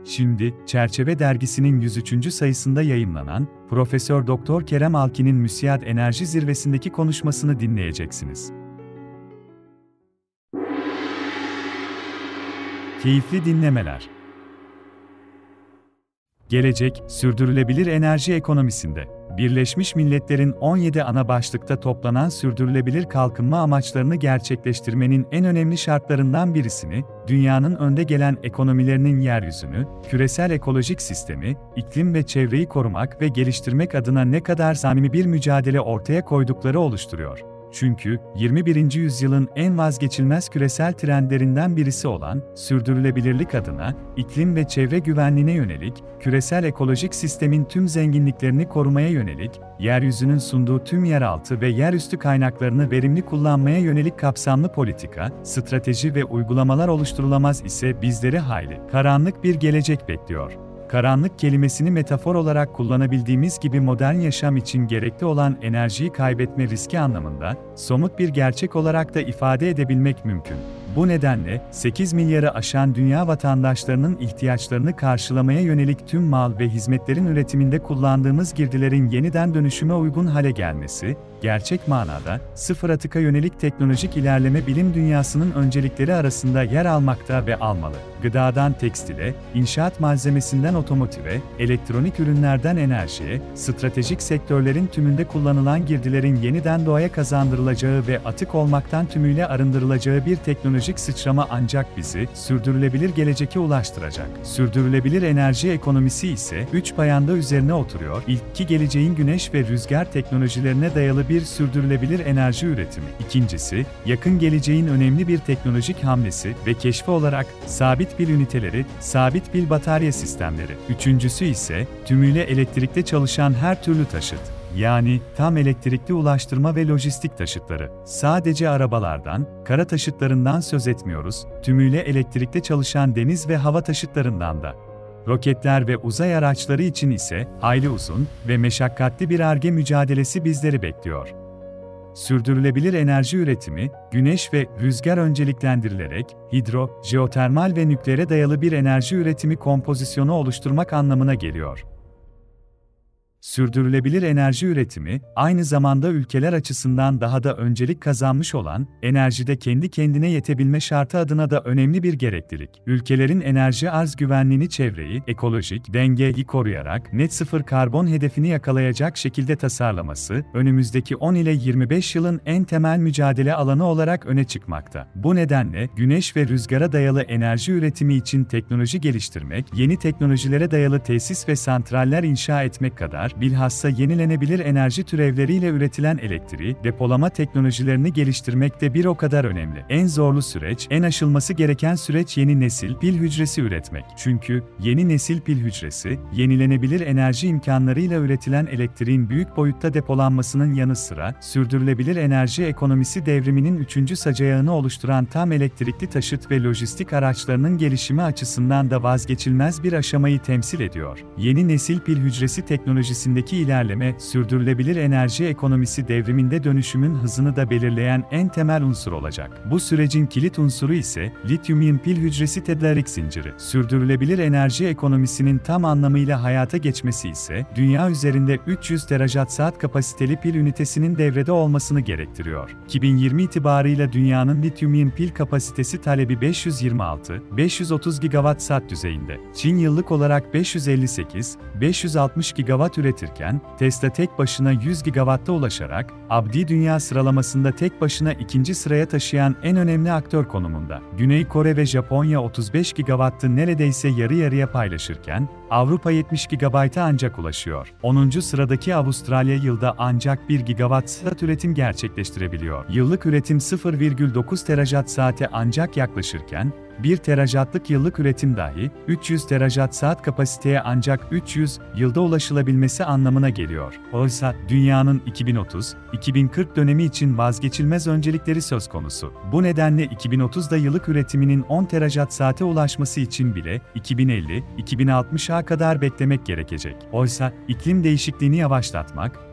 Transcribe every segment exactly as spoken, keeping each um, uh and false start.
Şimdi, Çerçeve Dergisi'nin yüz üçüncü sayısında yayımlanan, Profesör Doktor Kerem Alkin'in MÜSİAD Enerji Zirvesi'ndeki konuşmasını dinleyeceksiniz. Keyifli dinlemeler. Gelecek, sürdürülebilir enerji ekonomisinde. Birleşmiş Milletler'in on yedi ana başlıkta toplanan sürdürülebilir kalkınma amaçlarını gerçekleştirmenin en önemli şartlarından birisini, dünyanın önde gelen ekonomilerinin yeryüzünü, küresel ekolojik sistemi, iklim ve çevreyi korumak ve geliştirmek adına ne kadar samimi bir mücadele ortaya koydukları oluşturuyor. Çünkü, yirmi birinci yüzyılın en vazgeçilmez küresel trendlerinden birisi olan, sürdürülebilirlik adına, iklim ve çevre güvenliğine yönelik, küresel ekolojik sistemin tüm zenginliklerini korumaya yönelik, yeryüzünün sunduğu tüm yeraltı ve yerüstü kaynaklarını verimli kullanmaya yönelik kapsamlı politika, strateji ve uygulamalar oluşturulamaz ise bizleri hayli karanlık bir gelecek bekliyor. Karanlık kelimesini metafor olarak kullanabildiğimiz gibi modern yaşam için gerekli olan enerjiyi kaybetme riski anlamında, somut bir gerçek olarak da ifade edebilmek mümkün. Bu nedenle, sekiz milyarı aşan dünya vatandaşlarının ihtiyaçlarını karşılamaya yönelik tüm mal ve hizmetlerin üretiminde kullandığımız girdilerin yeniden dönüşüme uygun hale gelmesi, gerçek manada, sıfır atıka yönelik teknolojik ilerleme bilim dünyasının öncelikleri arasında yer almakta ve almalı. Gıdadan tekstile, inşaat malzemesinden otomotive, elektronik ürünlerden enerjiye, stratejik sektörlerin tümünde kullanılan girdilerin yeniden doğaya kazandırılacağı ve atık olmaktan tümüyle arındırılacağı bir teknolojik sıçrama ancak bizi sürdürülebilir geleceğe ulaştıracak. Sürdürülebilir enerji ekonomisi ise üç payanda üzerine oturuyor. İlki geleceğin güneş ve rüzgar teknolojilerine dayalı bir sürdürülebilir enerji üretimi. İkincisi, yakın geleceğin önemli bir teknolojik hamlesi ve keşfi olarak sabit pil üniteleri, sabit pil batarya sistemleri. Üçüncüsü ise tümüyle elektrikte çalışan her türlü taşıt. Yani tam elektrikli ulaştırma ve lojistik taşıtları. Sadece arabalardan, kara taşıtlarından söz etmiyoruz, tümüyle elektrikte çalışan deniz ve hava taşıtlarından da. Roketler ve uzay araçları için ise hayli uzun ve meşakkatli bir Ar-Ge mücadelesi bizleri bekliyor. Sürdürülebilir enerji üretimi, güneş ve rüzgar önceliklendirilerek, hidro, jeotermal ve nükleere dayalı bir enerji üretimi kompozisyonu oluşturmak anlamına geliyor. Sürdürülebilir enerji üretimi, aynı zamanda ülkeler açısından daha da öncelik kazanmış olan, enerjide kendi kendine yetebilme şartı adına da önemli bir gereklilik. Ülkelerin enerji arz güvenliğini çevreyi, ekolojik dengeyi koruyarak net sıfır karbon hedefini yakalayacak şekilde tasarlaması, önümüzdeki on ile yirmi beş yılın en temel mücadele alanı olarak öne çıkmakta. Bu nedenle, güneş ve rüzgara dayalı enerji üretimi için teknoloji geliştirmek, yeni teknolojilere dayalı tesis ve santraller inşa etmek kadar, bilhassa yenilenebilir enerji türevleriyle üretilen elektriği, depolama teknolojilerini geliştirmek de bir o kadar önemli. En zorlu süreç, en aşılması gereken süreç yeni nesil pil hücresi üretmek. Çünkü yeni nesil pil hücresi, yenilenebilir enerji imkanlarıyla üretilen elektriğin büyük boyutta depolanmasının yanı sıra, sürdürülebilir enerji ekonomisi devriminin üçüncü sacayağını oluşturan tam elektrikli taşıt ve lojistik araçlarının gelişimi açısından da vazgeçilmez bir aşamayı temsil ediyor. Yeni nesil pil hücresi teknolojisi Deki ilerleme, sürdürülebilir enerji ekonomisi devriminde dönüşümün hızını da belirleyen en temel unsur olacak. Bu sürecin kilit unsuru ise, lityum-iyon pil hücresi tedarik zinciri. Sürdürülebilir enerji ekonomisinin tam anlamıyla hayata geçmesi ise, dünya üzerinde üç yüz terawatt saat kapasiteli pil ünitesinin devrede olmasını gerektiriyor. iki bin yirmi itibarıyla dünyanın lityum-iyon pil kapasitesi talebi beş yüz yirmi altı beş yüz otuz gigawatt saat düzeyinde. Çin yıllık olarak beş yüz elli sekiz beş yüz altmış gigawatt üretirken, Tesla tek başına yüz gigawatt'a ulaşarak, Abdi Dünya sıralamasında tek başına ikinci sıraya taşıyan en önemli aktör konumunda. Güney Kore ve Japonya otuz beş gigawatt'ı neredeyse yarı yarıya paylaşırken, Avrupa yetmiş gigabayt'a ancak ulaşıyor. onuncu sıradaki Avustralya yılda ancak bir gigawatt saat üretim gerçekleştirebiliyor. Yıllık üretim sıfır virgül dokuz terawatt saate ancak yaklaşırken, bir terawattlık yıllık üretim dahi, üç yüz terawatt saat kapasiteye ancak üç yüz yılda ulaşılabilmesi anlamına geliyor. Oysa, dünyanın iki bin otuz iki bin kırk dönemi için vazgeçilmez öncelikleri söz konusu. Bu nedenle iki bin otuzda yıllık üretiminin on terawatt saate ulaşması için bile, iki bin elli iki bin altmışa kadar beklemek gerekecek. Oysa, iklim değişikliğini yavaşlatmak,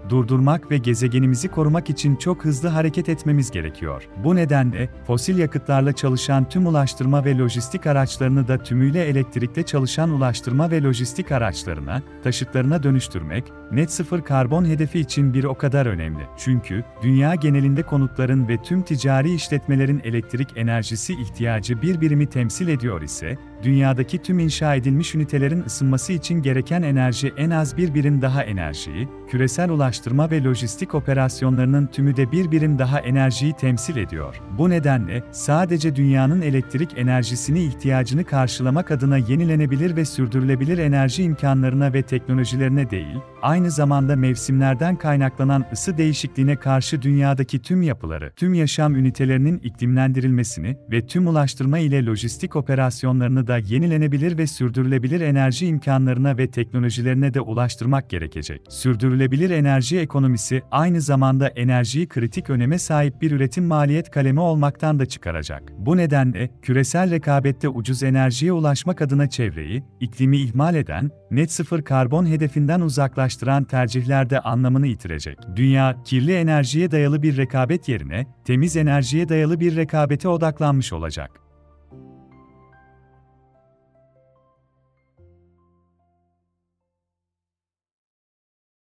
durdurmak ve gezegenimizi korumak için çok hızlı hareket etmemiz gerekiyor. Bu nedenle, fosil yakıtlarla çalışan tüm ulaştırma ve lojistik araçlarını da tümüyle elektrikle çalışan ulaştırma ve lojistik araçlarına, taşıtlarına dönüştürmek, net sıfır karbon hedefi için bir o kadar önemli. Çünkü, dünya genelinde konutların ve tüm ticari işletmelerin elektrik enerjisi ihtiyacı bir birimi temsil ediyor ise, dünyadaki tüm inşa edilmiş ünitelerin ısınması için gereken enerji en az bir birim daha enerjiyi, küresel ulaştırma ve lojistik operasyonlarının tümü de bir birim daha enerjiyi temsil ediyor. Bu nedenle, sadece dünyanın elektrik enerjisini ihtiyacını karşılamak adına yenilenebilir ve sürdürülebilir enerji imkanlarına ve teknolojilerine değil, aynı zamanda mevsimlerden kaynaklanan ısı değişikliğine karşı dünyadaki tüm yapıları, tüm yaşam ünitelerinin iklimlendirilmesini ve tüm ulaştırma ile lojistik operasyonlarını da yenilenebilir ve sürdürülebilir enerji imkanlarına ve teknolojilerine de ulaştırmak gerekecek. Sürdürülebilir enerji ekonomisi aynı zamanda enerjiyi kritik öneme sahip bir üretim maliyet kalemi olmaktan da çıkaracak. Bu nedenle, küresel rekabette ucuz enerjiye ulaşmak adına çevreyi, iklimi ihmal eden, net sıfır karbon hedefinden uzaklaştıran tercihler de anlamını yitirecek. Dünya, kirli enerjiye dayalı bir rekabet yerine, temiz enerjiye dayalı bir rekabete odaklanmış olacak.